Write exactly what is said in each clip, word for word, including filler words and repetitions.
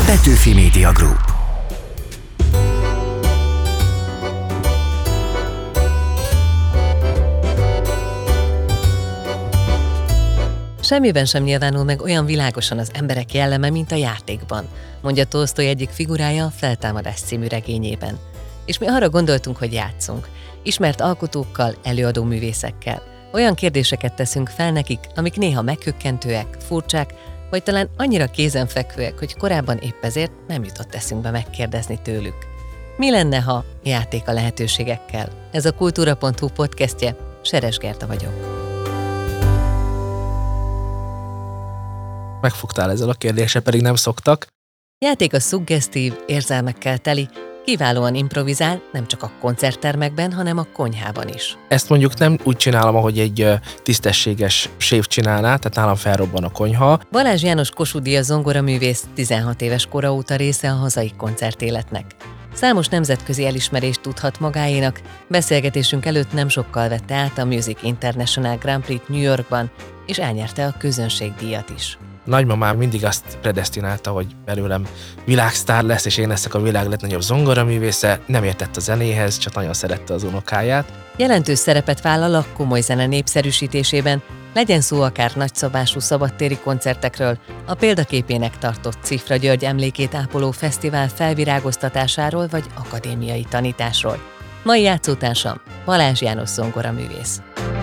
Petőfi Media Group. Semmiben sem nyilvánul meg olyan világosan az emberek jelleme, mint a játékban, mondja Tolsztoj egyik figurája a Feltámadás című regényében. És mi arra gondoltunk, hogy játszunk. Ismert alkotókkal, előadó művészekkel. Olyan kérdéseket teszünk fel nekik, amik néha meghökkentőek, furcsák, vagy talán annyira kézenfekvőek, hogy korábban épp ezért nem jutott eszünkbe megkérdezni tőlük. Mi lenne, ha játék a lehetőségekkel? Ez a kultúra pont hu podcastje, Seres Gerda vagyok. Megfogtál ezzel a kérdéssel, pedig nem szoktak. Játék a szuggesztív, érzelmekkel teli, kiválóan improvizál, nem csak a koncerttermekben, hanem a konyhában is. Ezt mondjuk nem úgy csinálom, ahogy egy tisztességes séf csinálná, tehát nálam felrobban a konyha. Balázs János Kossuth Díjas zongoraművész tizenhat éves kora óta része a hazai koncertéletnek. Számos nemzetközi elismerést tudhat magáénak, beszélgetésünk előtt nem sokkal vette át a Music International Grand Prix New Yorkban, és elnyerte a közönségdíjat is. Nagymamám mindig azt predesztinálta, hogy belőlem világsztár lesz, és én leszek a világ legnagyobb zongoraművésze. Nem értett a zenéhez, csak nagyon szerette az unokáját. Jelentős szerepet vállal a komoly zene népszerűsítésében, legyen szó akár nagyszabású szabadtéri koncertekről, a példaképének tartott Cifra György emlékét ápoló fesztivál felvirágoztatásáról vagy akadémiai tanításról. Mai játszótársam Balázs János zongoraművész.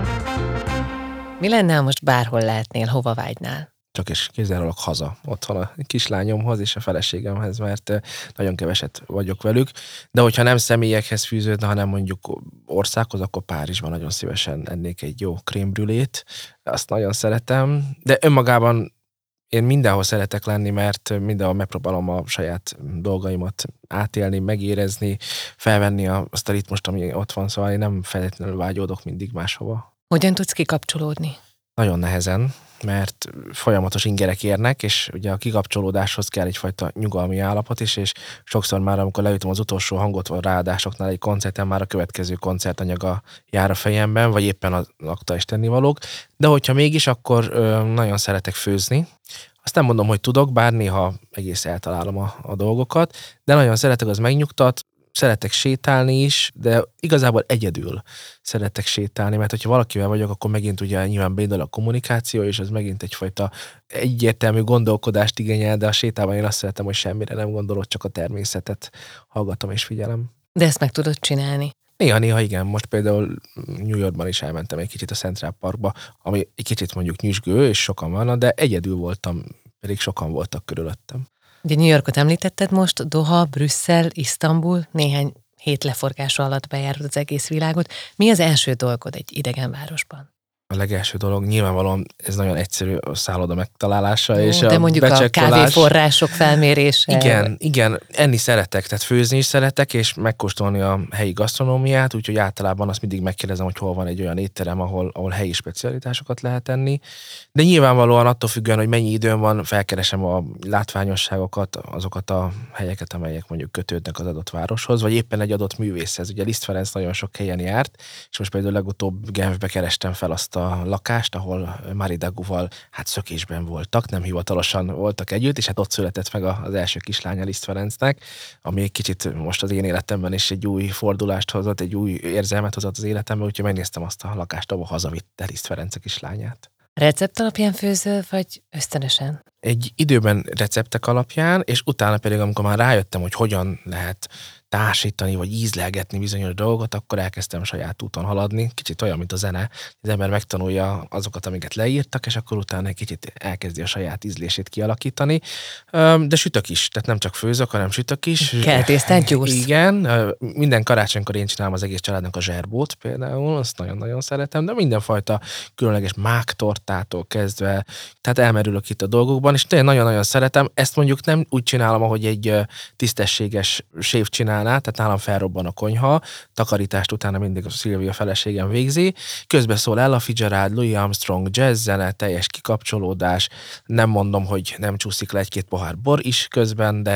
Mi lenne, ha most bárhol lehetnél, hova vágynál? Csak és kizárólag haza, otthon a kislányomhoz és a feleségemhez, mert nagyon keveset vagyok velük. De hogyha nem személyekhez fűződne, hanem mondjuk országhoz, akkor Párizsban nagyon szívesen ennék egy jó krémbrülét. Azt nagyon szeretem. De önmagában én mindenhol szeretek lenni, mert mindenhol megpróbálom a saját dolgaimat átélni, megérezni, felvenni azt a ritmust, ami ott van, szóval én nem feltétlenül vágyódok mindig máshova. Hogyan tudsz kikapcsolódni? Nagyon nehezen, mert folyamatos ingerek érnek, és ugye a kikapcsolódáshoz kell egyfajta nyugalmi állapot is, és sokszor már, amikor leütöm az utolsó hangot, vagy ráadásoknál egy koncerten, már a következő koncertanyaga jár a fejemben, vagy éppen az aktuális tennivalók. De hogyha mégis, akkor ö, nagyon szeretek főzni. Azt nem mondom, hogy tudok, bár néha egész eltalálom a, a dolgokat, de nagyon szeretek, az megnyugtat. Szeretek sétálni is, de igazából egyedül szeretek sétálni, mert hogyha valakivel vagyok, akkor megint ugye nyilván beindul a kommunikáció, és az megint egyfajta egyértelmű gondolkodást igényel, de a sétában én azt szeretem, hogy semmire nem gondolok, csak a természetet hallgatom és figyelem. De ezt meg tudod csinálni? Néha-néha igen, most például New Yorkban is elmentem egy kicsit a Central Parkba, ami egy kicsit mondjuk nyüzsgő, és sokan vannak, de egyedül voltam, pedig sokan voltak körülöttem. Ugye New Yorkot említetted most, Doha, Brüsszel, Isztambul, néhány hét leforgása alatt bejárod az egész világot. Mi az első dolgod egy idegen városban? A legelső dolog, nyilvánvalóan ez nagyon egyszerű a szálloda megtalálása. Ó, és de a mondjuk a kávéforrások felmérése. Igen, igen, enni szeretek, tehát főzni is szeretek, és megkóstolni a helyi gasztronómiát, úgyhogy általában azt mindig megkérdezem, hogy hol van egy olyan étterem, ahol, ahol helyi specialitásokat lehet enni. De nyilvánvalóan attól függően, hogy mennyi időm van, felkeresem a látványosságokat, azokat a helyeket, amelyek mondjuk kötődnek az adott városhoz, vagy éppen egy adott művészhez. Ugye Liszt Ferenc nagyon sok helyen járt, és most például legutóbb Genfbe kerestem fel azt a lakást, ahol Marie Dagout-val hát szökésben voltak, nem hivatalosan voltak együtt, és hát ott született meg az első kislánya Liszt Ferencnek, ami egy kicsit most az én életemben is egy új fordulást hozott, egy új érzelmet hozott az életemben, úgyhogy megnéztem azt a lakást, ahol hazavitte Liszt Ferenc a kislányát. Recept alapján főzöl, vagy ösztönösen? Egy időben receptek alapján, és utána pedig, amikor már rájöttem, hogy hogyan lehet társítani, vagy ízlelgetni bizonyos dolgot, akkor elkezdtem saját úton haladni. Kicsit olyan, mint a zene. Az ember megtanulja azokat, amiket leírtak, és akkor utána egy kicsit elkezdi a saját ízlését kialakítani. De sütök is, tehát nem csak főzök, hanem sütök is. Kell tésztát gyúrsz. Igen, minden karácsonykor én csinálom az egész családnak a zserbót például, azt nagyon-nagyon szeretem, de mindenfajta különleges máktortától kezdve, tehát elmerülök itt a dolgokban, és tényleg nagyon-nagyon szeretem. Ezt mondjuk nem úgy csinálom, ahogy egy tisztességes séf csinál, tehát nálam felrobban a konyha, takarítást utána mindig a Szilvia feleségem végzi, közben szól Ella Fitzgerald, Louis Armstrong, jazz zene, teljes kikapcsolódás, nem mondom, hogy nem csúszik le egy-két pohár bor is közben, de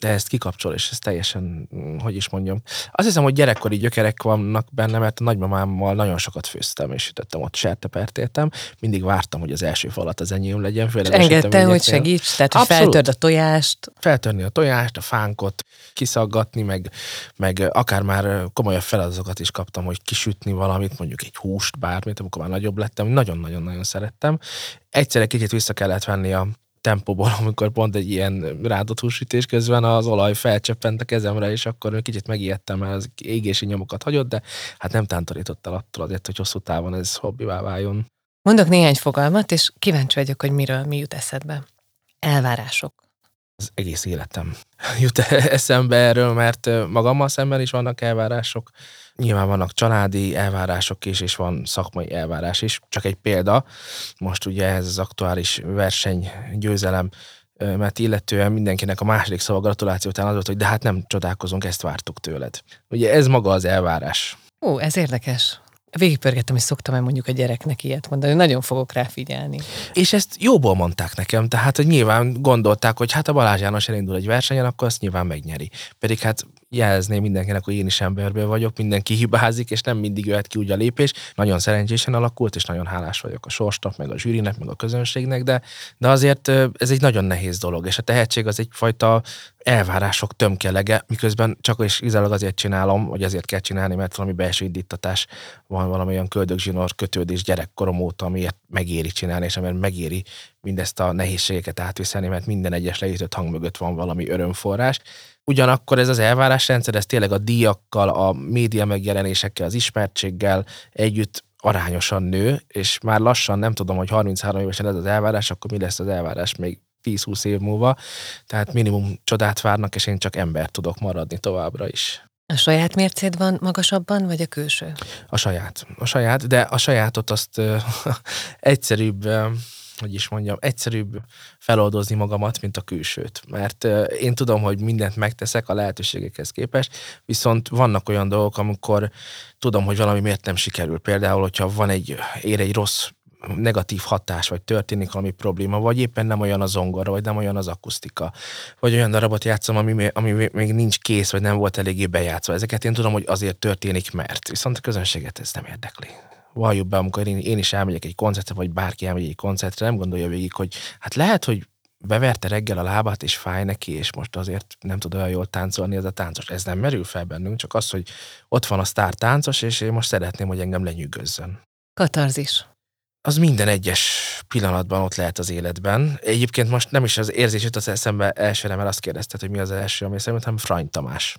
te ezt kikapcsol, és ez teljesen, hogy is mondjam. Azt hiszem, hogy gyerekkori gyökerek vannak benne, mert a nagymamámmal nagyon sokat főztem, és sütöttem, ott sertepert értem. Mindig vártam, hogy az első falat az enyém legyen. És engedte, hogy segíts, tehát hogy feltörd a tojást. Feltörni a tojást, a fánkot, kiszaggatni, meg, meg akár már komolyabb feladatokat is kaptam, hogy kisütni valamit, mondjuk egy húst, bármit, amikor már nagyobb lettem. Nagyon-nagyon-nagyon szerettem. Egyszerre kicsit vissza kellett venni a tempóból, amikor pont egy ilyen rádott húsütés közben az olaj felcseppent a kezemre, és akkor kicsit megijedtem, mert az égési nyomokat hagyott, de hát nem tántorított el attól azért, hogy hosszú távon ez hobbivá váljon. Mondok néhány fogalmat, és kíváncsi vagyok, hogy miről mi jut eszedbe. Elvárások. Az egész életem jut eszembe erről, mert magammal szemben is vannak elvárások. Nyilván vannak családi elvárások is, és van szakmai elvárás is. Csak egy példa, most ugye ez az aktuális verseny győzelem, mert illetően mindenkinek a második szava gratuláció után az volt, hogy de hát nem csodálkozunk, ezt vártuk tőled. Ugye ez maga az elvárás. Ó, ez érdekes. Végigpörgettem, és szoktam-e mondjuk a gyereknek ilyet mondani, nagyon fogok rá figyelni. És ezt jóból mondták nekem, tehát hogy nyilván gondolták, hogy hát a Balázs János elindul egy versenyen, akkor azt nyilván megnyeri. Pedig hát jelezném mindenkinek, hogy én is emberből vagyok, mindenki hibázik, és nem mindig jöhet ki úgy a lépés. Nagyon szerencsésen alakult, és nagyon hálás vagyok a sorsnak, meg a zsűrinek, meg a közönségnek, de, de azért ez egy nagyon nehéz dolog, és a tehetség az egyfajta elvárások tömkelege, miközben csak és izálag azért csinálom, hogy azért kell csinálni, mert valami belső indítatás van, valami olyan köldögzsinór kötődés gyerekkorom óta, amiért megéri csinálni, és amiért megéri mindezt a nehézségeket átviselni, mert minden egyes leütött hang mögött van valami örömforrás. Ugyanakkor ez az elvárásrendszer, ez tényleg a díjakkal, a média megjelenésekkel, az ismertséggel együtt arányosan nő, és már lassan nem tudom, hogy harminchárom évesen ez az elvárás, akkor mi lesz az elvárás még tíz-húsz év múlva. Tehát minimum csodát várnak, és én csak ember tudok maradni továbbra is. A saját mércéd van magasabban, vagy a külső? A saját. A saját, de a sajátot azt uh, egyszerűbb, uh, hogy is mondjam, egyszerűbb feloldozni magamat, mint a külsőt. Mert uh, én tudom, hogy mindent megteszek a lehetőségekhez képest, viszont vannak olyan dolgok, amikor tudom, hogy valami miért nem sikerül. Például, hogyha van egy, ér egy rossz negatív hatás, vagy történik valami probléma, vagy éppen nem olyan a zongora, vagy nem olyan az akusztika, vagy olyan darabot játszom, ami, ami még nincs kész, vagy nem volt eléggé bejátszva. Ezeket én tudom, hogy azért történik, mert. Viszont a közönséget ez nem érdekli. Valljuk be, amikor én, én is elmegyek egy koncertre, vagy bárki elmegy egy koncertre, nem gondolja végig, hogy hát lehet, hogy beverte reggel a lábát, és fáj neki, és most azért nem tud olyan jól táncolni ez a táncos. Ez nem merül fel bennünk, csak az, hogy ott van a sztár táncos, és én most szeretném, hogy engem lenyűgözzön. Katarzis. Az minden egyes pillanatban ott lehet az életben. Egyébként most nem is az érzés jut az eszembe elsőre, mert azt kérdezted, hogy mi az első, ami eszembe, hanem Frany Tamás.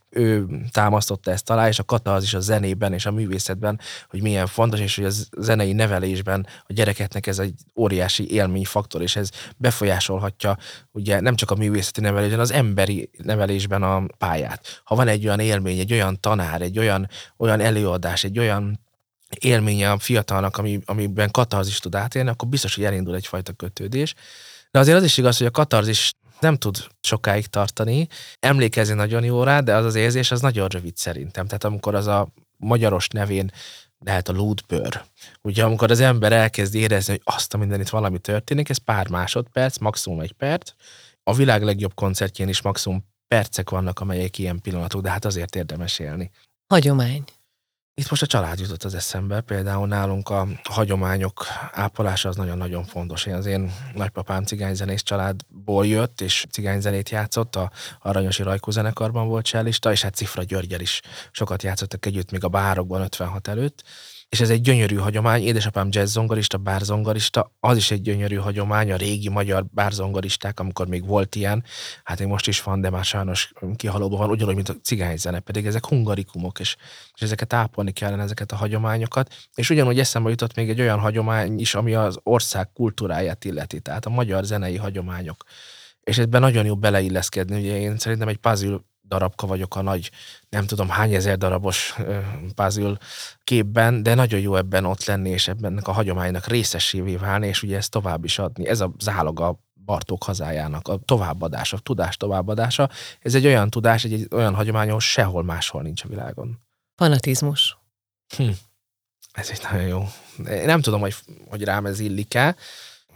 Ő támasztotta ezt alá, és a katarzis a zenében és a művészetben, hogy milyen fontos, és hogy a zenei nevelésben a gyerekeknek ez egy óriási élményfaktor, és ez befolyásolhatja ugye nem csak a művészeti nevelésben, az emberi nevelésben a pályát. Ha van egy olyan élmény, egy olyan tanár, egy olyan, olyan előadás, egy olyan élménye a fiatalnak, ami, amiben katarzis tud átélni, akkor biztos, hogy elindul egyfajta kötődés. De azért az is igaz, hogy a katarzis nem tud sokáig tartani, emlékezni nagyon jó rá, de az az érzés az nagyon rövid szerintem. Tehát amikor az a magyaros nevén lehet a lúdbőr. Ugye amikor az ember elkezd érezni, hogy azt a mindenit valami történik, ez pár másodperc, maximum egy perc. A világ legjobb koncertjén is maximum percek vannak, amelyek ilyen pillanatok, de hát azért érdemes élni. Hagyomány. Itt most a család jutott az eszembe, például nálunk a hagyományok ápolása az nagyon-nagyon fontos. Én az én nagypapám cigányzenész családból jött, és cigányzenét játszott, a Aranyosi Rajkó zenekarban volt csellista, és hát Cifra Györgyel is sokat játszottak együtt, még a bárokban ötvenhat előtt. És ez egy gyönyörű hagyomány, édesapám jazzzongorista, bárzongorista, az is egy gyönyörű hagyomány, a régi magyar bárzongoristák, amikor még volt ilyen, hát még most is van, de már sajnos kihalóban van, ugyanúgy, mint a cigányzene, pedig ezek hungarikumok, és, és ezeket ápolni kellene, ezeket a hagyományokat. És ugyanúgy eszembe jutott még egy olyan hagyomány is, ami az ország kultúráját illeti, tehát a magyar zenei hagyományok. És ebben nagyon jó beleilleszkedni, ugye én szerintem egy puzzle darabka vagyok a nagy, nem tudom hány ezer darabos puzzle képben, de nagyon jó ebben ott lenni, és ebben a hagyománynak részesévé válni, és ugye ezt tovább is adni. Ez a záloga Bartók hazájának, a továbbadása, a tudás továbbadása. Ez egy olyan tudás, egy, egy olyan hagyomány, ahol sehol máshol nincs a világon. Fanatizmus. Hm. Ez egy nagyon jó. Nem tudom, hogy, hogy rám ez illik-e.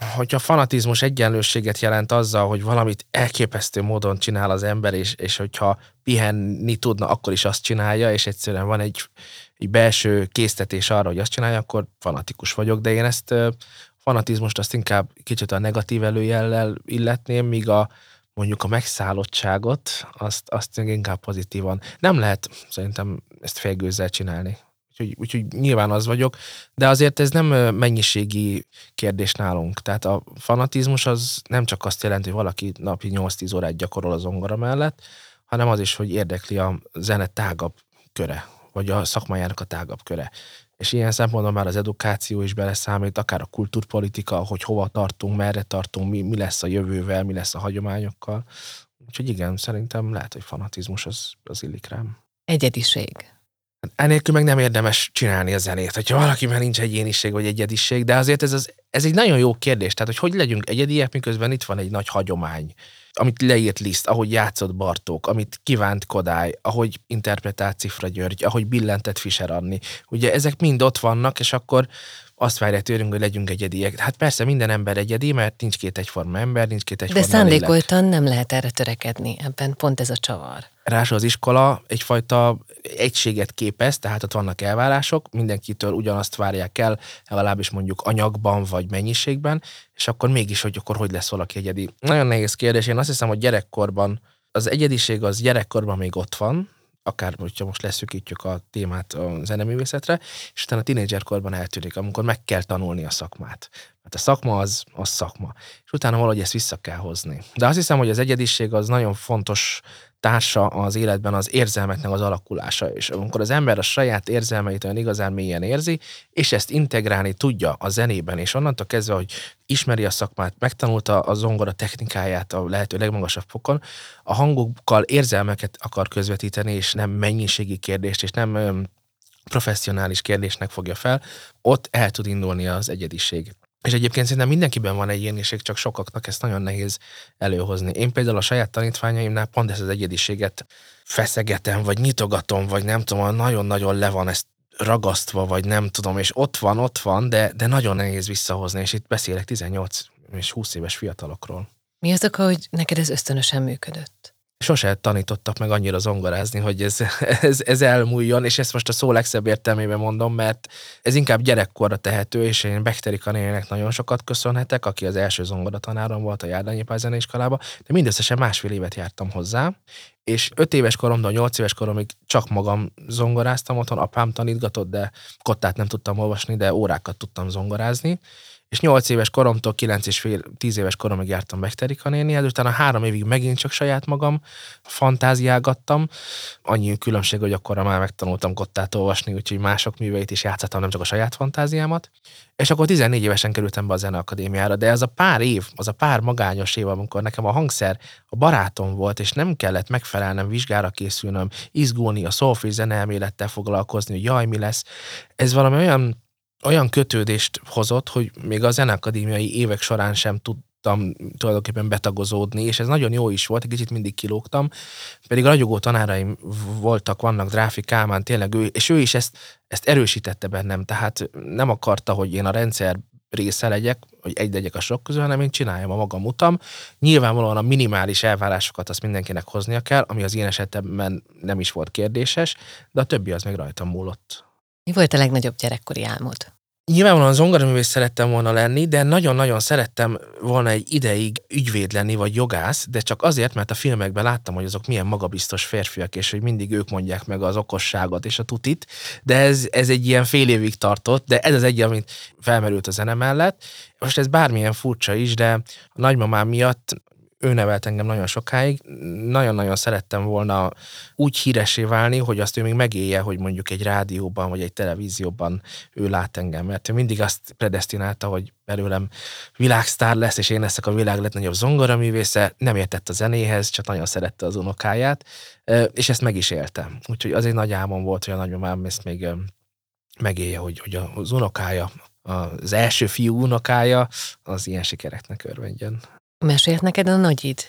Hogyha fanatizmus egyenlőséget jelent azzal, hogy valamit elképesztő módon csinál az ember, és, és hogyha pihenni tudna, akkor is azt csinálja, és egyszerűen van egy, egy belső késztetés arra, hogy azt csinálja, akkor fanatikus vagyok, de én ezt fanatizmust azt inkább kicsit a negatív előjellel illetném, míg a mondjuk a megszállottságot, azt, azt inkább pozitívan. Nem lehet szerintem ezt félgőzzel csinálni. Úgyhogy, úgyhogy nyilván az vagyok, de azért ez nem mennyiségi kérdés nálunk. Tehát a fanatizmus az nem csak azt jelenti, hogy valaki napi nyolc-tíz órát gyakorol a zongora mellett, hanem az is, hogy érdekli a zene tágabb köre, vagy a szakmájának a tágabb köre. És ilyen szempontból már az edukáció is beleszámít, akár a kultúrpolitika, hogy hova tartunk, merre tartunk, mi, mi lesz a jövővel, mi lesz a hagyományokkal. Úgyhogy igen, szerintem lehet, hogy fanatizmus az, az illik rám. Egyediség. Enélkül meg nem érdemes csinálni a zenét, hogyha valakiben nincs egyéniség vagy egyediség, de azért ez, az, ez egy nagyon jó kérdés, tehát hogy hogy legyünk egyediek, miközben itt van egy nagy hagyomány, amit leírt Liszt, ahogy játszott Bartók, amit kívánt Kodály, ahogy interpretált Cifra György, ahogy billentett Fischer Anni. Ugye ezek mind ott vannak, és akkor azt várják tőlünk, hogy legyünk egyediek. Hát persze minden ember egyedi, mert nincs két egyforma ember, nincs két egyforma De szándékoltan nem lehet erre törekedni, ebben pont ez a csavar. Ráadásul az iskola egyfajta egységet képez, tehát ott vannak elvárások, mindenkitől ugyanazt várják el, legalábbis mondjuk anyagban vagy mennyiségben, és akkor mégis, hogy akkor hogy lesz valaki egyedi. Nagyon nehéz kérdés, én azt hiszem, hogy gyerekkorban az egyediség az gyerekkorban még ott van, akár, hogyha most leszűkítjük a témát a zeneművészetre, és utána a tínédzserkorban eltűnik, amikor meg kell tanulni a szakmát. Mert a szakma az, az szakma. És utána valahogy ezt vissza kell hozni. De azt hiszem, hogy az egyediség az nagyon fontos társa az életben az érzelmeknek az alakulása. És amikor az ember a saját érzelmeit olyan igazán mélyen érzi, és ezt integrálni tudja a zenében, és onnantól kezdve, hogy ismeri a szakmát, megtanulta a zongora technikáját a lehető legmagasabb fokon, a hangokkal érzelmeket akar közvetíteni, és nem mennyiségi kérdést, és nem professzionális kérdésnek fogja fel, ott el tud indulni az egyediség. És egyébként szerintem mindenkiben van egyéniség, csak sokaknak ezt nagyon nehéz előhozni. Én például a saját tanítványaimnál pont ezt az egyediséget feszegetem, vagy nyitogatom, vagy nem tudom, nagyon-nagyon le van ezt ragasztva, vagy nem tudom, és ott van, ott van, de, de nagyon nehéz visszahozni, és itt beszélek tizennyolc és húsz éves fiatalokról. Mi az oka, hogy neked ez ösztönösen működött? Sose tanítottak meg annyira zongorázni, hogy ez, ez, ez elmúljon, és ezt most a szó legszebb értelmében mondom, mert ez inkább gyerekkorra tehető, és én Bekterika nénének nagyon sokat köszönhetek, aki az első zongoratanárom volt a Járdányi Pál Zeneiskolába, de mindösszesen másfél évet jártam hozzá, és öt éves koromban, nyolc éves koromig csak magam zongoráztam otthon, apám tanítgatott, de kottát nem tudtam olvasni, de órákat tudtam zongorázni, és nyolc éves koromtól kilenc és fél, tíz éves koromig jártam Bekterika nénihez, utána három évig megint csak saját magam fantáziálgattam. Annyi különbség, hogy akkor már megtanultam kottát olvasni, úgyhogy mások műveit is játszottam, nem csak a saját fantáziámat. És akkor tizennégy évesen kerültem be a Zeneakadémiára, de ez a pár év, az a pár magányos év, amikor nekem a hangszer a barátom volt, és nem kellett megfelelnem, vizsgára készülnöm, izgulni, a szolfés zeneelmélettel foglalkozni, hogy jaj, mi lesz. Ez valami olyan olyan kötődést hozott, hogy még a zeneakadémiai évek során sem tudtam tulajdonképpen betagozódni, és ez nagyon jó is volt, egy kicsit mindig kilógtam, pedig a ragyogó tanáraim voltak, vannak, Dráfi Kálmán, tényleg ő, és ő is ezt, ezt erősítette bennem, tehát nem akarta, hogy én a rendszer része legyek, hogy egy legyek a sok közül, hanem én csináljam a magam utam. Nyilvánvalóan a minimális elvárásokat azt mindenkinek hoznia kell, ami az én esetemben nem is volt kérdéses, de a többi az meg rajtam múlott. Mi volt a legnagyobb gyerekkori álmod? Nyilvánvalóan zongoraművész szerettem volna lenni, de nagyon-nagyon szerettem volna egy ideig ügyvéd lenni, vagy jogász, de csak azért, mert a filmekben láttam, hogy azok milyen magabiztos férfiak, és hogy mindig ők mondják meg az okosságot és a tutit, de ez, ez egy ilyen fél évig tartott, de ez az egy, amit felmerült a zene mellett. Most ez bármilyen furcsa is, de a nagymamám miatt ő nevelt engem nagyon sokáig, nagyon-nagyon szerettem volna úgy híressé válni, hogy azt ő még megélje, hogy mondjuk egy rádióban vagy egy televízióban ő lát engem, mert ő mindig azt predesztinálta, hogy belőlem világsztár lesz, és én leszek a világ legnagyobb zongoraművésze, nem értett a zenéhez, csak nagyon szerette az unokáját, és ezt meg is éltem. Úgyhogy az egy nagy álmom volt, hogy a nagymamám ezt még megélje, hogy, hogy az unokája, az első fiú unokája, az ilyen sikereknek örvendjen. Mesélt neked a nagyid,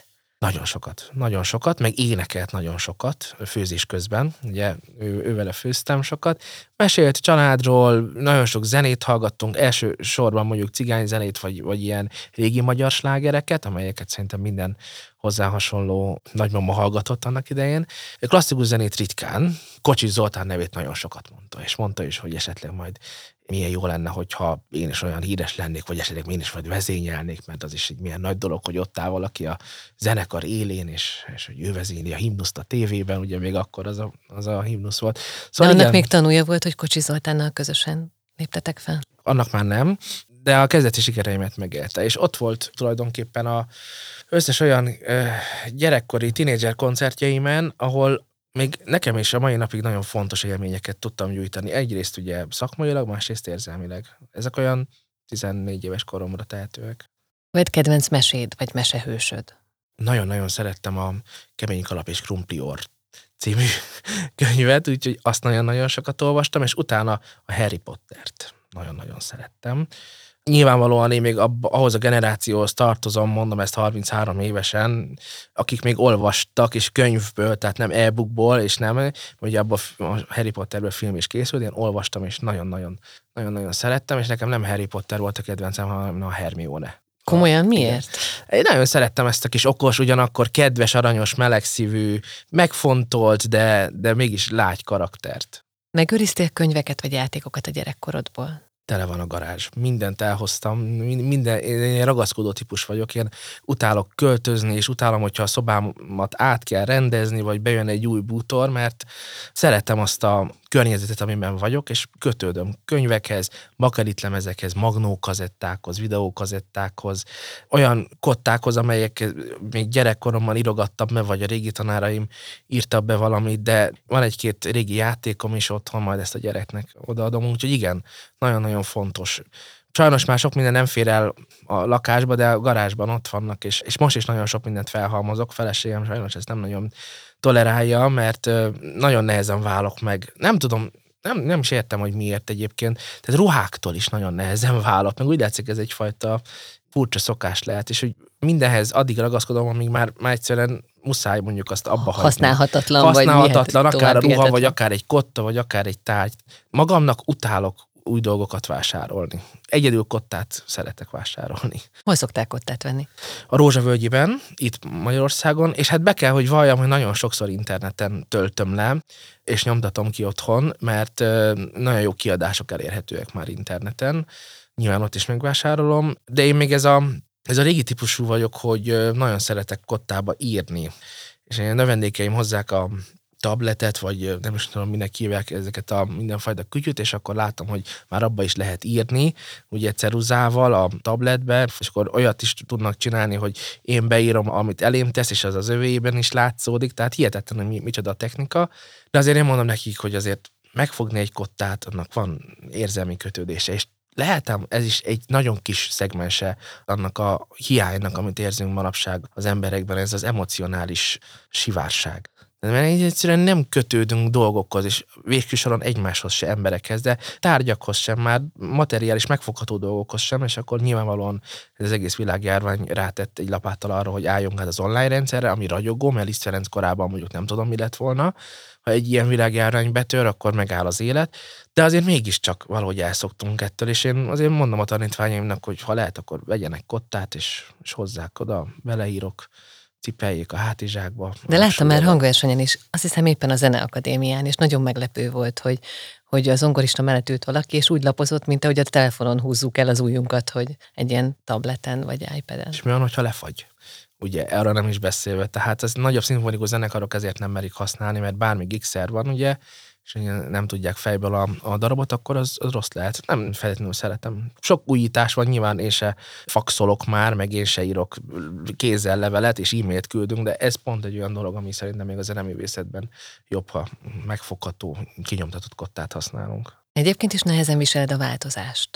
Nagyon sokat, nagyon sokat, meg énekelt nagyon sokat főzés közben, ugye ő, ővele főztem sokat. Mesélt családról, nagyon sok zenét hallgattunk, első sorban mondjuk cigányzenét, vagy, vagy ilyen régi magyar slágereket, amelyeket szerintem minden hozzá hasonló nagymama hallgatott annak idején. Klasszikus zenét ritkán, Kocsis Zoltán nevét nagyon sokat mondta, és mondta is, hogy esetleg majd milyen jó lenne, hogyha én is olyan híres lennék, vagy esetleg én is majd vezényelnék, mert az is egy milyen nagy dolog, hogy ott áll valaki a zenekar élén, és, és hogy ő vezényli a himnuszt a tévében, ugye még akkor az a, az a himnusz volt. Szóval de annak igen, még tanulja volt, hogy Kocsis Zoltánnal közösen léptetek fel? Annak már nem, de a kezdeti sikereimet megélte, és ott volt tulajdonképpen a összes olyan ö, gyerekkori, tínédzser koncertjeimen, ahol még nekem is a mai napig nagyon fontos élményeket tudtam gyújtani. Egyrészt ugye szakmailag, másrészt érzelmileg. Ezek olyan tizennégy éves koromra tehetőek. Vagy kedvenc meséd, vagy mesehősöd? Nagyon-nagyon szerettem a Kemény kalap és Krumpli orr című könyvet, úgyhogy azt nagyon-nagyon sokat olvastam, és utána a Harry Pottert nagyon-nagyon szerettem. Nyilvánvalóan én még abba, ahhoz a generációhoz tartozom, mondom ezt harminchárom évesen, akik még olvastak, és könyvből, tehát nem e-bookból, és nem, ugye abban a Harry Potterből film is készült, én olvastam, és nagyon-nagyon nagyon-nagyon szerettem, és nekem nem Harry Potter volt a kedvencem, hanem a Hermione. Komolyan miért? Én nagyon szerettem ezt a kis okos, ugyanakkor kedves, aranyos, melegszívű, megfontolt, de, de mégis lágy karaktert. Megőriztél könyveket vagy játékokat a gyerekkorodból? Tele van a garázs. Mindent elhoztam, minden, én ragaszkodó típus vagyok, én utálok költözni, és utálom, hogyha a szobámat át kell rendezni, vagy bejön egy új bútor, mert szeretem azt a környezetet, amiben vagyok, és kötődöm könyvekhez, bakelitlemezekhez, magnókazettákhoz, videókazettákhoz, olyan kottákhoz, amelyek még gyerekkoromban írogattam be, vagy a régi tanáraim írtak be valamit, de van egy-két régi játékom is otthon, majd ezt a gyereknek odaadom, úgyhogy igen, nagyon-nagyon fontos. Sajnos már sok minden nem fér el a lakásba, de a garázsban ott vannak, és, és most is nagyon sok mindent felhalmozok. Feleségem sajnos ezt nem nagyon tolerálja, mert nagyon nehezen válok meg. Nem tudom, nem, nem is értem, hogy miért egyébként. Tehát ruháktól is nagyon nehezen válok meg. Úgy látszik, ez egyfajta furcsa szokás lehet, és hogy mindenhez addig ragaszkodom, amíg már, már egyszerűen muszáj mondjuk azt abba hagyni. Használhatatlan, Használhatatlan, vagy akár a ruha, vagy akár egy kotta, vagy akár egy tárgy. Magamnak utálok új dolgokat vásárolni. Egyedül kottát szeretek vásárolni. Hol szokták kottát venni? A Rózsavölgyiben, itt Magyarországon, és hát be kell, hogy valljam, hogy nagyon sokszor interneten töltöm le, és nyomtatom ki otthon, mert nagyon jó kiadások elérhetőek már interneten. Nyilván ott is megvásárolom, de én még ez a, ez a régi típusú vagyok, hogy nagyon szeretek kottába írni. És én a növendékeim hozzák a tabletet, vagy nem is tudom, minek hívják ezeket a mindenfajta kütyüt, és akkor látom, hogy már abba is lehet írni, ugye ceruzával a tabletbe, és akkor olyat is tudnak csinálni, hogy én beírom, amit elém tesz, és az az övéjében is látszódik, tehát hihetetlen, hogy mi, micsoda a technika, de azért én mondom nekik, hogy azért megfogni egy kottát, annak van érzelmi kötődése, és lehetem, ez is egy nagyon kis szegmense annak a hiánynak, amit érzünk manapság az emberekben, ez az emocionális sivárság. Mert így egyszerűen nem kötődünk dolgokhoz, és végső soron egymáshoz se, emberekhez, de tárgyakhoz sem, már materiális, megfogható dolgokhoz sem, és akkor nyilvánvalóan ez az egész világjárvány rátett egy lapáttal arra, hogy álljunk át az online rendszerre, ami ragyogó, mert Liszt Ferenc korában mondjuk nem tudom, mi lett volna. Ha egy ilyen világjárvány betör, akkor megáll az élet, de azért mégiscsak valahogy elszoktunk ettől, és én azért mondom a tanítványaimnak, hogy ha lehet, akkor vegyenek kottát, és, és hozzák oda, beleírok, cipeljék a hátizsákba. De láttam már hangversenyen is, azt hiszem éppen a Zeneakadémián, és nagyon meglepő volt, hogy, hogy a zongorista mellett ült valaki, és úgy lapozott, mint ahogy a telefonon húzzuk el az ujjunkat, hogy egy ilyen tableten vagy iPaden. És mi van, hogyha lefagy? Ugye, arra nem is beszélve. Tehát az nagyobb szimfonikus zenekarok ezért nem merik használni, mert bármi gigszer van, ugye, és nem tudják fejből a, a darabot, akkor az, az rossz lehet. Nem feltétlenül szeretem. Sok újítás van, nyilván én se faxolok már, meg én se írok kézzel levelet, és e-mailt küldünk, de ez pont egy olyan dolog, ami szerintem még a zeneművészetben jobb, ha megfogható, kinyomtatott kottát használunk. Egyébként is nehezen viseled a változást.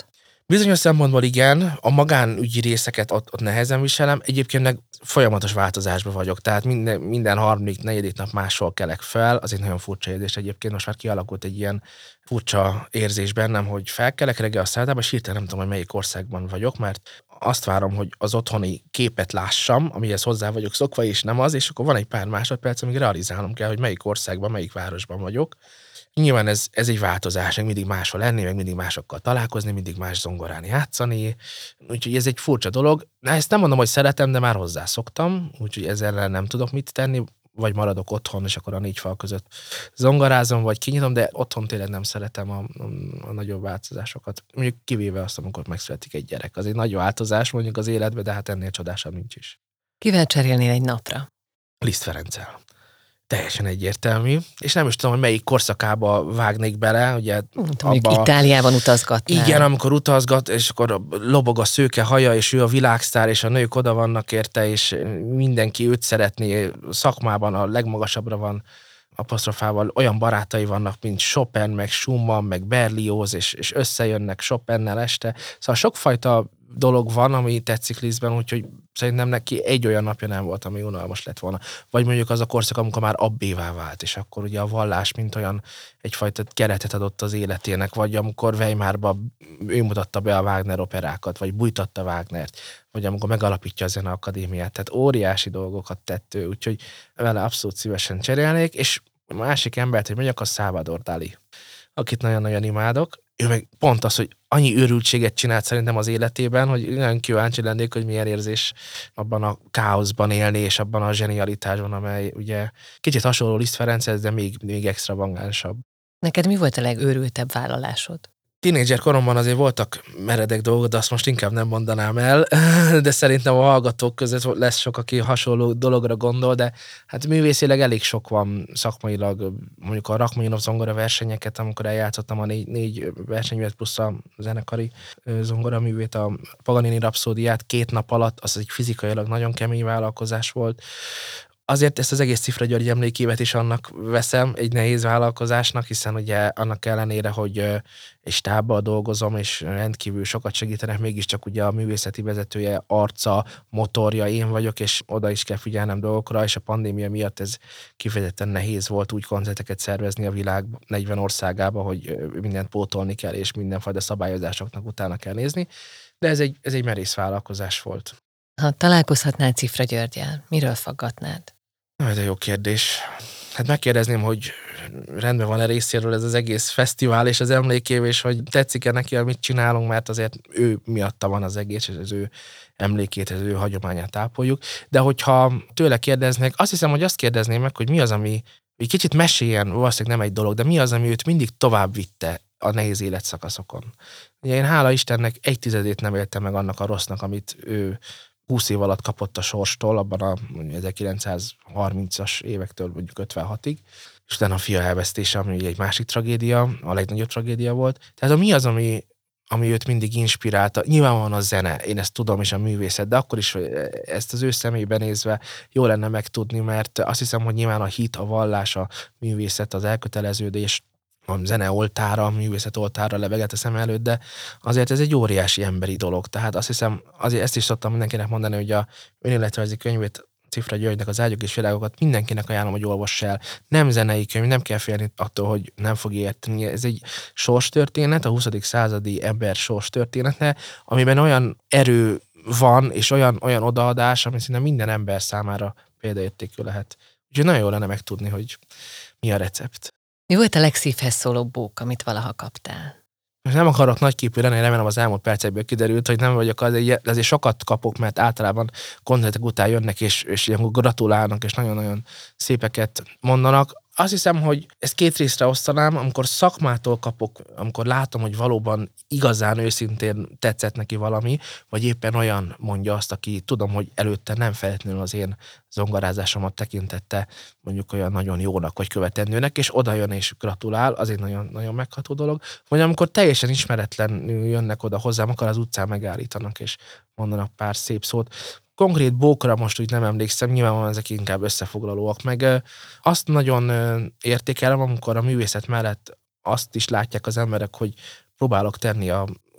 Bizonyos szempontból igen, a magánügyi részeket ott, ott nehezen viselem, egyébként meg folyamatos változásban vagyok, tehát minden, minden harmadik, negyedik nap máshol kelek fel, az egy nagyon furcsa érzés egyébként, most már kialakult egy ilyen furcsa érzés bennem, hogy felkelek reggel a szállodában, és hirtelen nem tudom, hogy melyik országban vagyok, mert azt várom, hogy az otthoni képet lássam, amihez hozzá vagyok szokva, és nem az, és akkor van egy pár másodperc, amíg realizálnom kell, hogy melyik országban, melyik városban vagyok. Nyilván ez, ez egy változás, meg mindig máshol lenni, meg mindig másokkal találkozni, mindig más zongorán játszani, úgyhogy ez egy furcsa dolog. Na, ezt nem mondom, hogy szeretem, de már hozzászoktam, úgyhogy ezzel nem tudok mit tenni, vagy maradok otthon, és akkor a négy fal között zongorázom, vagy kinyitom, de otthon tényleg nem szeretem a, a, a nagyobb változásokat. Mondjuk kivéve azt, amikor megszületik egy gyerek. Az egy nagy változás mondjuk az életben, de hát ennél csodásabb nincs is. Kivel cserélnél egy napra? Liszt Ferenccel. Teljesen egyértelmű, és nem is tudom, hogy melyik korszakába vágnék bele, ugye Tudom, abba, Itáliában utazgatnál. Igen, amikor utazgat, és akkor lobog a szőke haja, és ő a világsztár, és a nők oda vannak érte, és mindenki őt szeretné, szakmában a legmagasabbra van apostrofával, olyan barátai vannak, mint Chopin, meg Schumann, meg Berlioz, és, és összejönnek Chopinnel este. Szóval sokfajta dolog van, ami tetszik Lisztben, úgyhogy szerintem neki egy olyan napja nem volt, ami unalmas lett volna. Vagy mondjuk az a korszak, amikor már abbévá vált, és akkor ugye a vallás, mint olyan egyfajta keretet adott az életének, vagy amikor Weimarba ő mutatta be a Wagner operákat, vagy bújtatta Wagnert, vagy amikor megalapítja a Zeneakadémiát. Tehát óriási dolgokat tett ő, úgyhogy vele abszolút szívesen cserélnék, és a másik embert, hogy mondjak, a Salvador Dali, akit nagyon-nagyon imádok. Ő meg pont az, hogy annyi őrültséget csinált szerintem az életében, hogy nagyon kíváncsi lennék, hogy milyen érzés abban a káoszban élni, és abban a zsenialitásban, amely ugye kicsit hasonló Liszt Ferenchez, de még, még extravagánsabb. Neked mi volt a legőrültebb vállalásod? Tínédzser koromban azért voltak meredek dolgok, de azt most inkább nem mondanám el, de szerintem a hallgatók között lesz sok, aki hasonló dologra gondol, de hát művészileg elég sok van szakmailag, mondjuk a Rachmaninov zongora versenyeket, amikor eljátszottam a négy, négy versenyület plusz a zenekari zongora művét, a Paganini rapszódiát két nap alatt, az egy fizikailag nagyon kemény vállalkozás volt. Azért ezt az egész Cifra György emlékévet is annak veszem, egy nehéz vállalkozásnak, hiszen ugye annak ellenére, hogy egy stábbal dolgozom, és rendkívül sokat segítenek, mégiscsak ugye a művészeti vezetője, arca, motorja én vagyok, és oda is kell figyelnem dolgokra, és a pandémia miatt ez kifejezetten nehéz volt úgy koncerteket szervezni a világ negyven országába, hogy mindent pótolni kell, és mindenfajta szabályozásoknak utána kell nézni, de ez egy, ez egy merész vállalkozás volt. Ha találkozhatnál Cifra Györggyel, miről faggatnád? Na, de jó kérdés. Hát megkérdezném, hogy rendben van-e részéről ez az egész fesztivál és az emlékév, és hogy tetszik-e neki, amit csinálunk, mert azért ő miatta van az egész, és az ő emlékét, az ő hagyományát ápoljuk. De hogyha tőle kérdeznék, azt hiszem, hogy azt kérdezném meg, hogy mi az, ami egy kicsit meséljen, valószínűleg nem egy dolog, de mi az, ami őt mindig tovább vitte a nehéz életszakaszokon. Ugye én hála Istennek egy tizedét nem éltem meg annak a rossznak, amit ő húsz év alatt kapott a sorstól, abban a ezerkilencszázharmincas évektől mondjuk ötvenhatig, és utána a fia elvesztése, ami egy másik tragédia, a legnagyobb tragédia volt. Tehát mi az, ami, ami őt mindig inspirálta? Nyilvánvalóan a zene, én ezt tudom, és a művészet, de akkor is ezt az ő személyben nézve jó lenne megtudni, mert azt hiszem, hogy nyilván a hit, a vallás, a művészet, az elköteleződés, a zene oltára, a művészet oltára leveget a szem előtt, de azért ez egy óriási emberi dolog. Tehát azt hiszem, azért ezt is szoktam mindenkinek mondani, hogy a önéletrajzi könyvét, Cifra Györgynek az Ágyok és világokat mindenkinek ajánlom, hogy olvass el. Nem zenei könyv, nem kell félni attól, hogy nem fog érteni. Ez egy sorstörténet, a huszadik századi ember sorstörténete, amiben olyan erő van, és olyan, olyan odaadás, ami szinte minden ember számára példaértékű lehet. Úgyhogy nagyon jó lenne megtudni, hogy mi a recept. Mi volt a legszívhez szólóbb bók, amit valaha kaptál? Nem akarok nagyképű lenni, remélem az elmúlt percekből kiderült, hogy nem vagyok az, de azért sokat kapok, mert általában koncertek után jönnek, és, és ilyenkor gratulálnak, és nagyon-nagyon szépeket mondanak. Azt hiszem, hogy ezt két részre osztanám, amikor szakmától kapok, amikor látom, hogy valóban igazán őszintén tetszett neki valami, vagy éppen olyan mondja azt, aki tudom, hogy előtte nem feltétlenül az én zongorázásomat tekintette mondjuk olyan nagyon jónak, vagy követendőnek, és oda jön és gratulál, az egy nagyon, nagyon megható dolog. Vagy amikor teljesen ismeretlenül jönnek oda hozzám, akkor az utcán megállítanak, és mondanak pár szép szót. Konkrét bókra most úgy nem emlékszem, nyilvánvalóan ezek inkább összefoglalóak, meg azt nagyon értékelem, amikor a művészet mellett azt is látják az emberek, hogy próbálok tenni a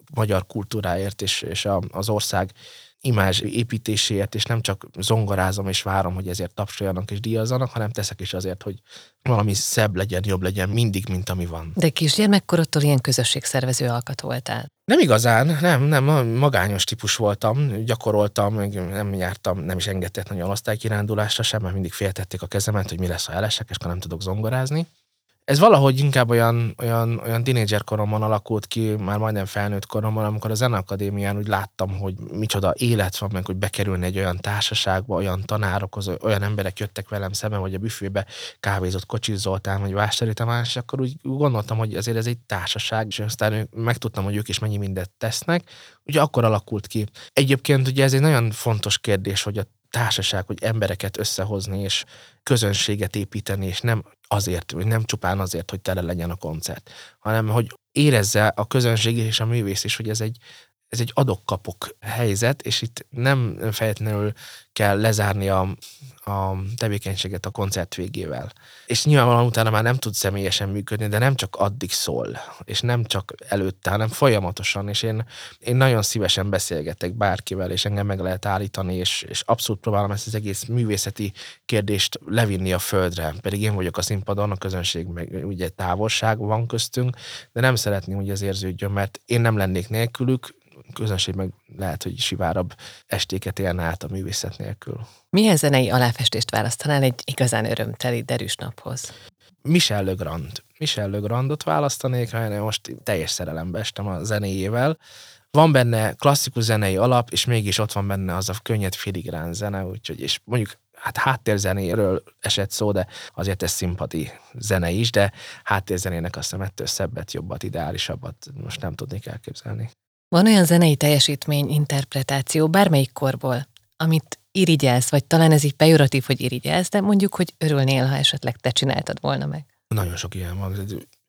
magyar kultúráért és, és a, az ország imázs építéséért, és nem csak zongorázom és várom, hogy ezért tapsoljanak és díjazzanak, hanem teszek is azért, hogy valami szebb legyen, jobb legyen mindig, mint ami van. De kisgyermekkorodtól ilyen közösségszervező alkat voltál? Nem igazán, nem, nem, magányos típus voltam, gyakoroltam, nem jártam, nem is engedtek nagyon osztálykirándulásra sem, mert mindig féltették a kezemet, hogy mi lesz, ha elesek, és akkor nem tudok zongorázni. Ez valahogy inkább olyan, olyan, olyan tínédzser koromban alakult ki, már majdnem felnőtt koromban, amikor a Zeneakadémián úgy láttam, hogy micsoda élet van, meg hogy bekerülni egy olyan társaságba, olyan tanárokhoz, olyan emberek jöttek velem szemben, vagy a büfébe kávézott Kocsis Zoltán, vagy Vásári Tamás, és akkor úgy gondoltam, hogy azért ez egy társaság, és aztán megtudtam, hogy ők is mennyi mindent tesznek, ugye akkor alakult ki. Egyébként ugye ez egy nagyon fontos kérdés, hogy a társaság, hogy embereket összehozni, és közönséget építeni, és nem azért, vagy nem csupán azért, hogy tele legyen a koncert, hanem hogy érezze a közönség és a művész is, hogy ez egy, ez egy adok-kapok helyzet, és itt nem feltétlenül kell lezárni a, a tevékenységet a koncert végével. És nyilvánvalóan utána már nem tud személyesen működni, de nem csak addig szól, és nem csak előtte, hanem folyamatosan, és én, én nagyon szívesen beszélgetek bárkivel, és engem meg lehet állítani, és, és abszolút próbálom ezt az egész művészeti kérdést levinni a földre. Pedig én vagyok a színpadon, a közönség meg ugye távolság van köztünk, de nem szeretném, hogy ez érződjön, mert én nem lennék nélkülük, közönség meg lehet, hogy sivárabb estéket élne át a művészet nélkül. Milyen zenei aláfestést választanál egy igazán örömteli derűs naphoz? Michel Legrand. Michel Legrandot választanék, mert most teljes szerelembe estem a zenéjével. Van benne klasszikus zenei alap, és mégis ott van benne az a könnyed filigrán zene, úgyhogy, és mondjuk hát háttérzenéről esett szó, de azért ez szimpati zene is, de háttérzenének azt hiszem ettől szebbet, jobbat, ideálisabbat most nem tudnék elképzelni. Van olyan zenei teljesítmény, interpretáció bármelyik korból, amit irigyelsz, vagy talán ez így pejoratív, hogy irigyelsz, de mondjuk, hogy örülnél, ha esetleg te csináltad volna meg. Nagyon sok ilyen van.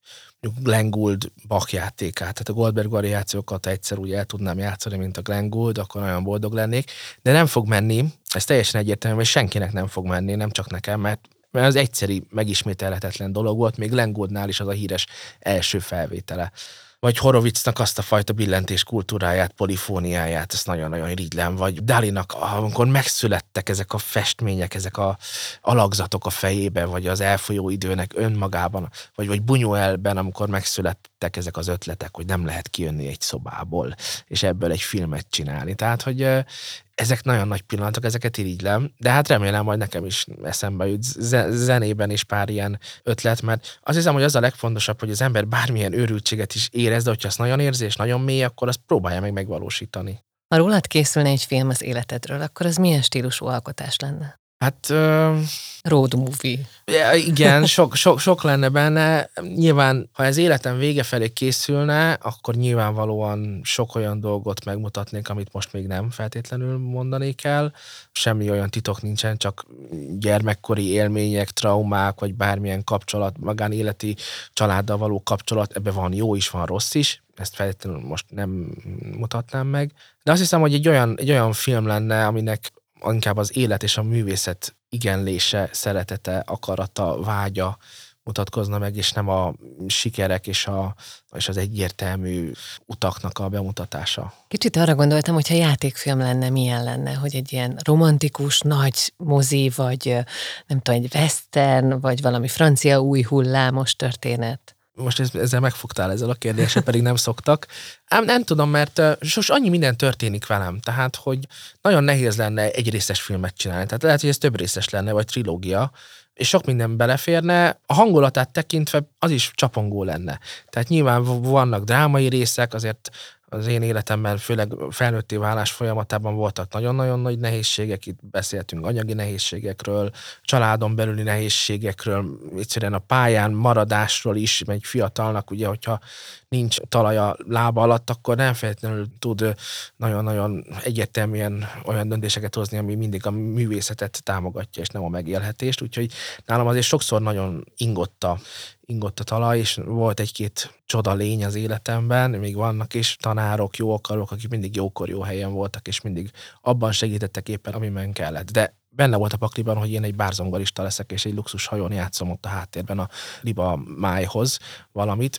Glenn Gould Bach játékát, tehát a Goldberg variációkat egyszer úgy el tudnám játszani, mint a Glenn Gould, akkor nagyon boldog lennék, de nem fog menni, ez teljesen egyértelmű, hogy senkinek nem fog menni, nem csak nekem, mert mert az egyszeri, megismételhetetlen dolog volt, még Glenn Gouldnál is az a híres első felvétele. Vagy Horowitznak azt a fajta billentés kultúráját, polifóniáját, ezt nagyon-nagyon irigylem, vagy Dalinak, amikor megszülettek ezek a festmények, ezek a alakzatok a fejében, vagy az elfolyó időnek önmagában, vagy, vagy Buñuelben, amikor megszülettek ezek az ötletek, hogy nem lehet kijönni egy szobából, és ebből egy filmet csinálni. Tehát, hogy ezek nagyon nagy pillanatok, ezeket irigylem, de hát remélem, hogy nekem is eszembe jut zenében is pár ilyen ötlet, mert azt hiszem, hogy az a legfontosabb, hogy az ember bármilyen őrültséget is érez, de hogyha azt nagyon érzi és nagyon mély, akkor azt próbálja meg megvalósítani. Ha rólad készülne egy film az életedről, akkor az milyen stílusú alkotás lenne? Hát... Uh, Road movie. Igen, sok, sok, sok lenne benne. Nyilván, ha ez életem vége felé készülne, akkor nyilvánvalóan sok olyan dolgot megmutatnék, amit most még nem feltétlenül mondanék el. Semmi olyan titok nincsen, csak gyermekkori élmények, traumák, vagy bármilyen kapcsolat, magánéleti családdal való kapcsolat, ebben van jó is, van rossz is. Ezt feltétlenül most nem mutatnám meg. De azt hiszem, hogy egy olyan, egy olyan film lenne, aminek inkább az élet és a művészet igenlése, szeretete, akarata, vágya mutatkozna meg, és nem a sikerek és, a, és az egyértelmű utaknak a bemutatása. Kicsit arra gondoltam, hogyha játékfilm lenne, milyen lenne, hogy egy ilyen romantikus, nagy mozi, vagy nem tudom, egy western, vagy valami francia új hullámos történet. Most ezzel megfogtál ezzel a kérdéssel, pedig nem szoktak. Ám nem tudom, mert sos annyi minden történik velem, tehát, hogy nagyon nehéz lenne egy részes filmet csinálni. Tehát lehet, hogy ez több részes lenne, vagy trilógia, és sok minden beleférne. A hangulatát tekintve az is csapongó lenne. Tehát nyilván vannak drámai részek, azért az én életemben, főleg felnőtté válás folyamatában voltak nagyon-nagyon nagy nehézségek, itt beszéltünk anyagi nehézségekről, családon belüli nehézségekről, egyszerűen a pályán maradásról is, egy fiatalnak, ugye, hogyha nincs talaj a lába alatt, akkor nem feltétlenül tud nagyon-nagyon egyértelműen olyan döntéseket hozni, ami mindig a művészetet támogatja, és nem a megélhetést, úgyhogy nálam azért sokszor nagyon ingott a ingott a talaj, és volt egy-két csoda lény az életemben, még vannak is tanárok, jó akarok, akik mindig jókor jó helyen voltak, és mindig abban segítettek éppen, amiben kellett. De benne volt a pakliban, hogy én egy bárzongorista leszek, és egy luxus hajón játszom ott a háttérben a liba májhoz valamit.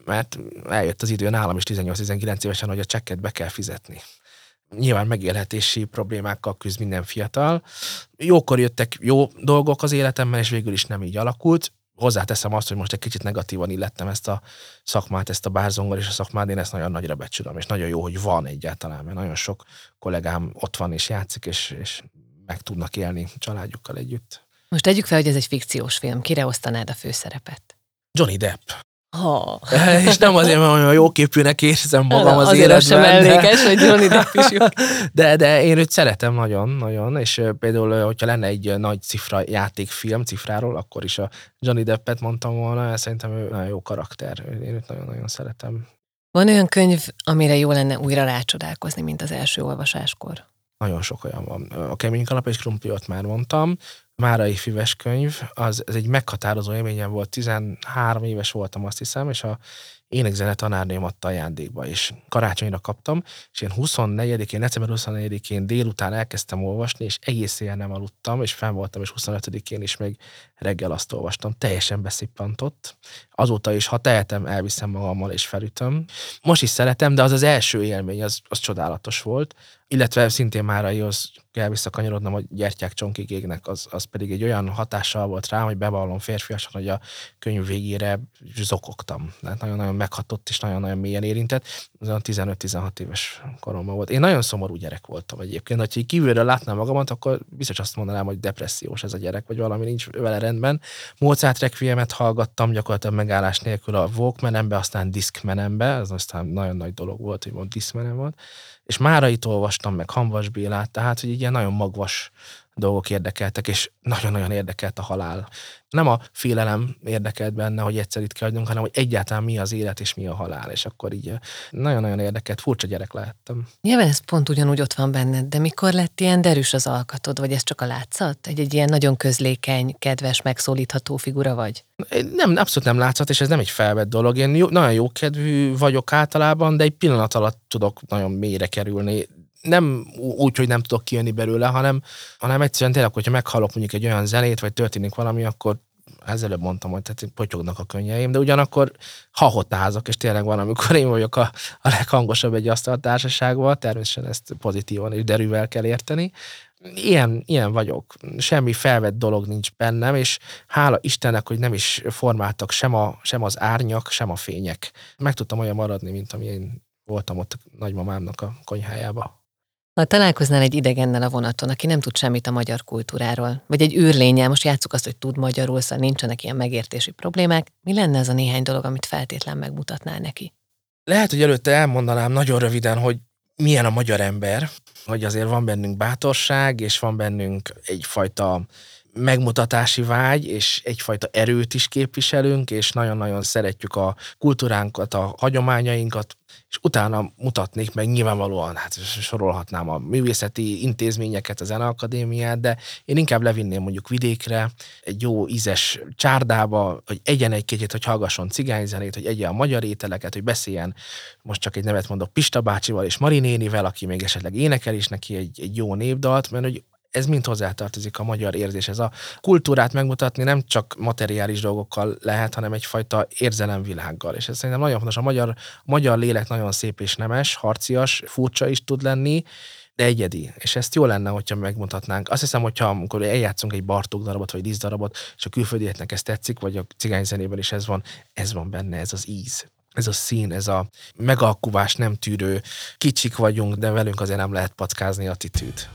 mert eljött az idő nálam is tizennyolc-tizenkilenc évesen, hogy a csekket be kell fizetni. Nyilván megélhetési problémákkal küzd minden fiatal. Jókor jöttek jó dolgok az életemben, és végül is nem így alakult. Hozzáteszem azt, hogy most egy kicsit negatívan illettem ezt a szakmát, ezt a bárzongor és a szakmát, én ezt nagyon nagyra becsülöm, és nagyon jó, hogy van egyáltalán, mert nagyon sok kollégám ott van és játszik, és, és meg tudnak élni családjukkal együtt. Most tegyük fel, hogy ez egy fikciós film. Kire osztanád a főszerepet? Johnny Depp. Ha. És nem azért, mert olyan jóképűnek érzem magam az azért életben. Azért sem mellékes, hogy Johnny Depp is jó. De, de én őt szeretem nagyon-nagyon, és például, hogyha lenne egy nagy cifra játékfilm cifráról, akkor is a Johnny Deppet mondtam volna, szerintem ő nagyon jó karakter. Én őt nagyon-nagyon szeretem. Van olyan könyv, amire jó lenne újra rácsodálkozni, mint az első olvasáskor? Nagyon sok olyan van. A Kemény kalap és krumpliot már mondtam. Márai Füves könyv, az, ez egy meghatározó élményem volt, tizenhárom éves voltam, azt hiszem, és a énekzene tanárném adta ajándékba, és karácsonyra kaptam, és én huszonnegyedikén, december huszonnegyedikén délután elkezdtem olvasni, és egész éjjel nem aludtam, és fenn voltam, és huszonötödikén is még reggel azt olvastam. Teljesen beszippantott. Azóta is, ha tehetem, elviszem magammal, és felütöm. Most is szeretem, de az az első élmény, az, az csodálatos volt. Illetve szintén Máraihoz kell visszakanyarodnom, hogy Gyertyák csonkig égnek, az, az pedig egy olyan hatással volt rám, hogy bevallom férfiasan, hogy a könyv végére zokogtam. Tehát nagyon-nagyon meghatott és nagyon-nagyon mélyen érintett. Az olyan tizenöt-tizenhat éves koromban volt. Én nagyon szomorú gyerek voltam egyébként. Ha kívülről látnám magamat, akkor biztos azt mondanám, hogy depressziós ez a gyerek, vagy valami nincs vele rendben. Mozart Requiemet hallgattam gyakorlatilag megállás nélkül a Walkmanembe, aztán Discmanembe, az aztán nagyon nagy dolog volt, hogy mondjuk Discmanem volt. És Márait olvastam, meg Hamvas Bélát, tehát, hogy ilyen nagyon magvas dolgok érdekeltek, és nagyon-nagyon érdekelt a halál. Nem a félelem érdekelt benne, hogy egyszer itt kell adjunk, hanem hogy egyáltalán mi az élet és mi a halál, és akkor így nagyon-nagyon érdekelt, furcsa gyerek lehettem. Nyilván ez pont ugyanúgy ott van benned, de mikor lett ilyen derűs az alkatod, vagy ez csak a látszat? Egy, egy ilyen nagyon közlékeny, kedves, megszólítható figura vagy? Nem, abszolút nem látszat, és ez nem egy felvett dolog. Én jó, nagyon jókedvű vagyok általában, de egy pillanat alatt tudok nagyon mélyre kerülni. Nem úgy, hogy nem tudok kijönni belőle, hanem, hanem egyszerűen tényleg, hogyha meghallok mondjuk egy olyan zenét, vagy történik valami, akkor ezzel előbb mondtam, hogy tehát potyognak a könnyeim, de ugyanakkor hahotázok, és tényleg van, amikor én vagyok a, a leghangosabb egy asztaltársaságban, természetesen ezt pozitívan és derűvel kell érteni. Ilyen, ilyen vagyok. Semmi felvett dolog nincs bennem, és hála Istennek, hogy nem is formáltak sem, a, sem az árnyak, sem a fények. Meg tudtam olyan maradni, mint amilyen voltam ott nagymamámnak a konyhájába. Ha találkoznál egy idegennel a vonaton, aki nem tud semmit a magyar kultúráról, vagy egy űrlénnyel, most játsszuk azt, hogy tud magyarul, szóval nincsenek ilyen megértési problémák, mi lenne ez a néhány dolog, amit feltétlen megmutatnál neki? Lehet, hogy előtte elmondanám nagyon röviden, hogy milyen a magyar ember, hogy azért van bennünk bátorság, és van bennünk egyfajta megmutatási vágy, és egyfajta erőt is képviselünk, és nagyon-nagyon szeretjük a kultúránkat, a hagyományainkat, és utána mutatnék meg nyilvánvalóan, hát sorolhatnám a művészeti intézményeket, a Zeneakadémiát, de én inkább levinném mondjuk vidékre, egy jó ízes csárdába, hogy egyen egy kicsit, hogy hallgasson cigányzenét, hogy egyen a magyar ételeket, hogy beszéljen, most csak egy nevet mondok, Pista bácsival és Mari nénivel, aki még esetleg énekel is neki egy, egy jó népdalt, mert hogy ez mind hozzátartozik a magyar érzéshez. A kultúrát megmutatni nem csak materiális dolgokkal lehet, hanem egyfajta érzelemvilággal. És ez szerintem nagyon fontos. A magyar, a magyar lélek nagyon szép és nemes, harcias, furcsa is tud lenni, de egyedi. És ezt jó lenne, hogyha megmutatnánk. Azt hiszem, hogyha amikor eljátszunk egy Bartók darabot, vagy Liszt darabot, és a külföldieknek ez tetszik, vagy a cigányzenében is ez van, ez van benne, ez az íz. Ez a szín, ez a megalkuvás nem tűrő, kicsik vagyunk, de velünk azért nem lehet packázni attitűd.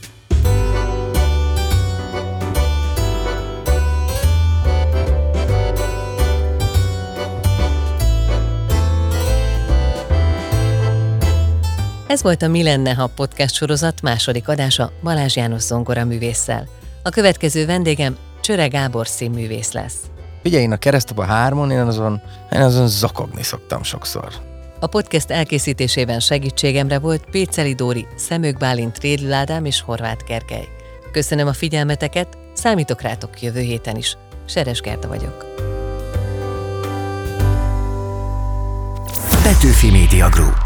Ez volt a Mi lenne, ha podcast sorozat második adása Balázs János zongoraművésszel. A következő vendégem Csöre Gábor színművész lesz. Figyelj, én a Keresztapa hármon, én azon, én azon zokogni szoktam sokszor. A podcast elkészítésében segítségemre volt Péceli Dóri, Szemők Bálint, Rédl Ádám és Horváth Gergely. Köszönöm a figyelmeteket, számítok rátok jövő héten is. Seres Gerda vagyok. Petőfi Media Group.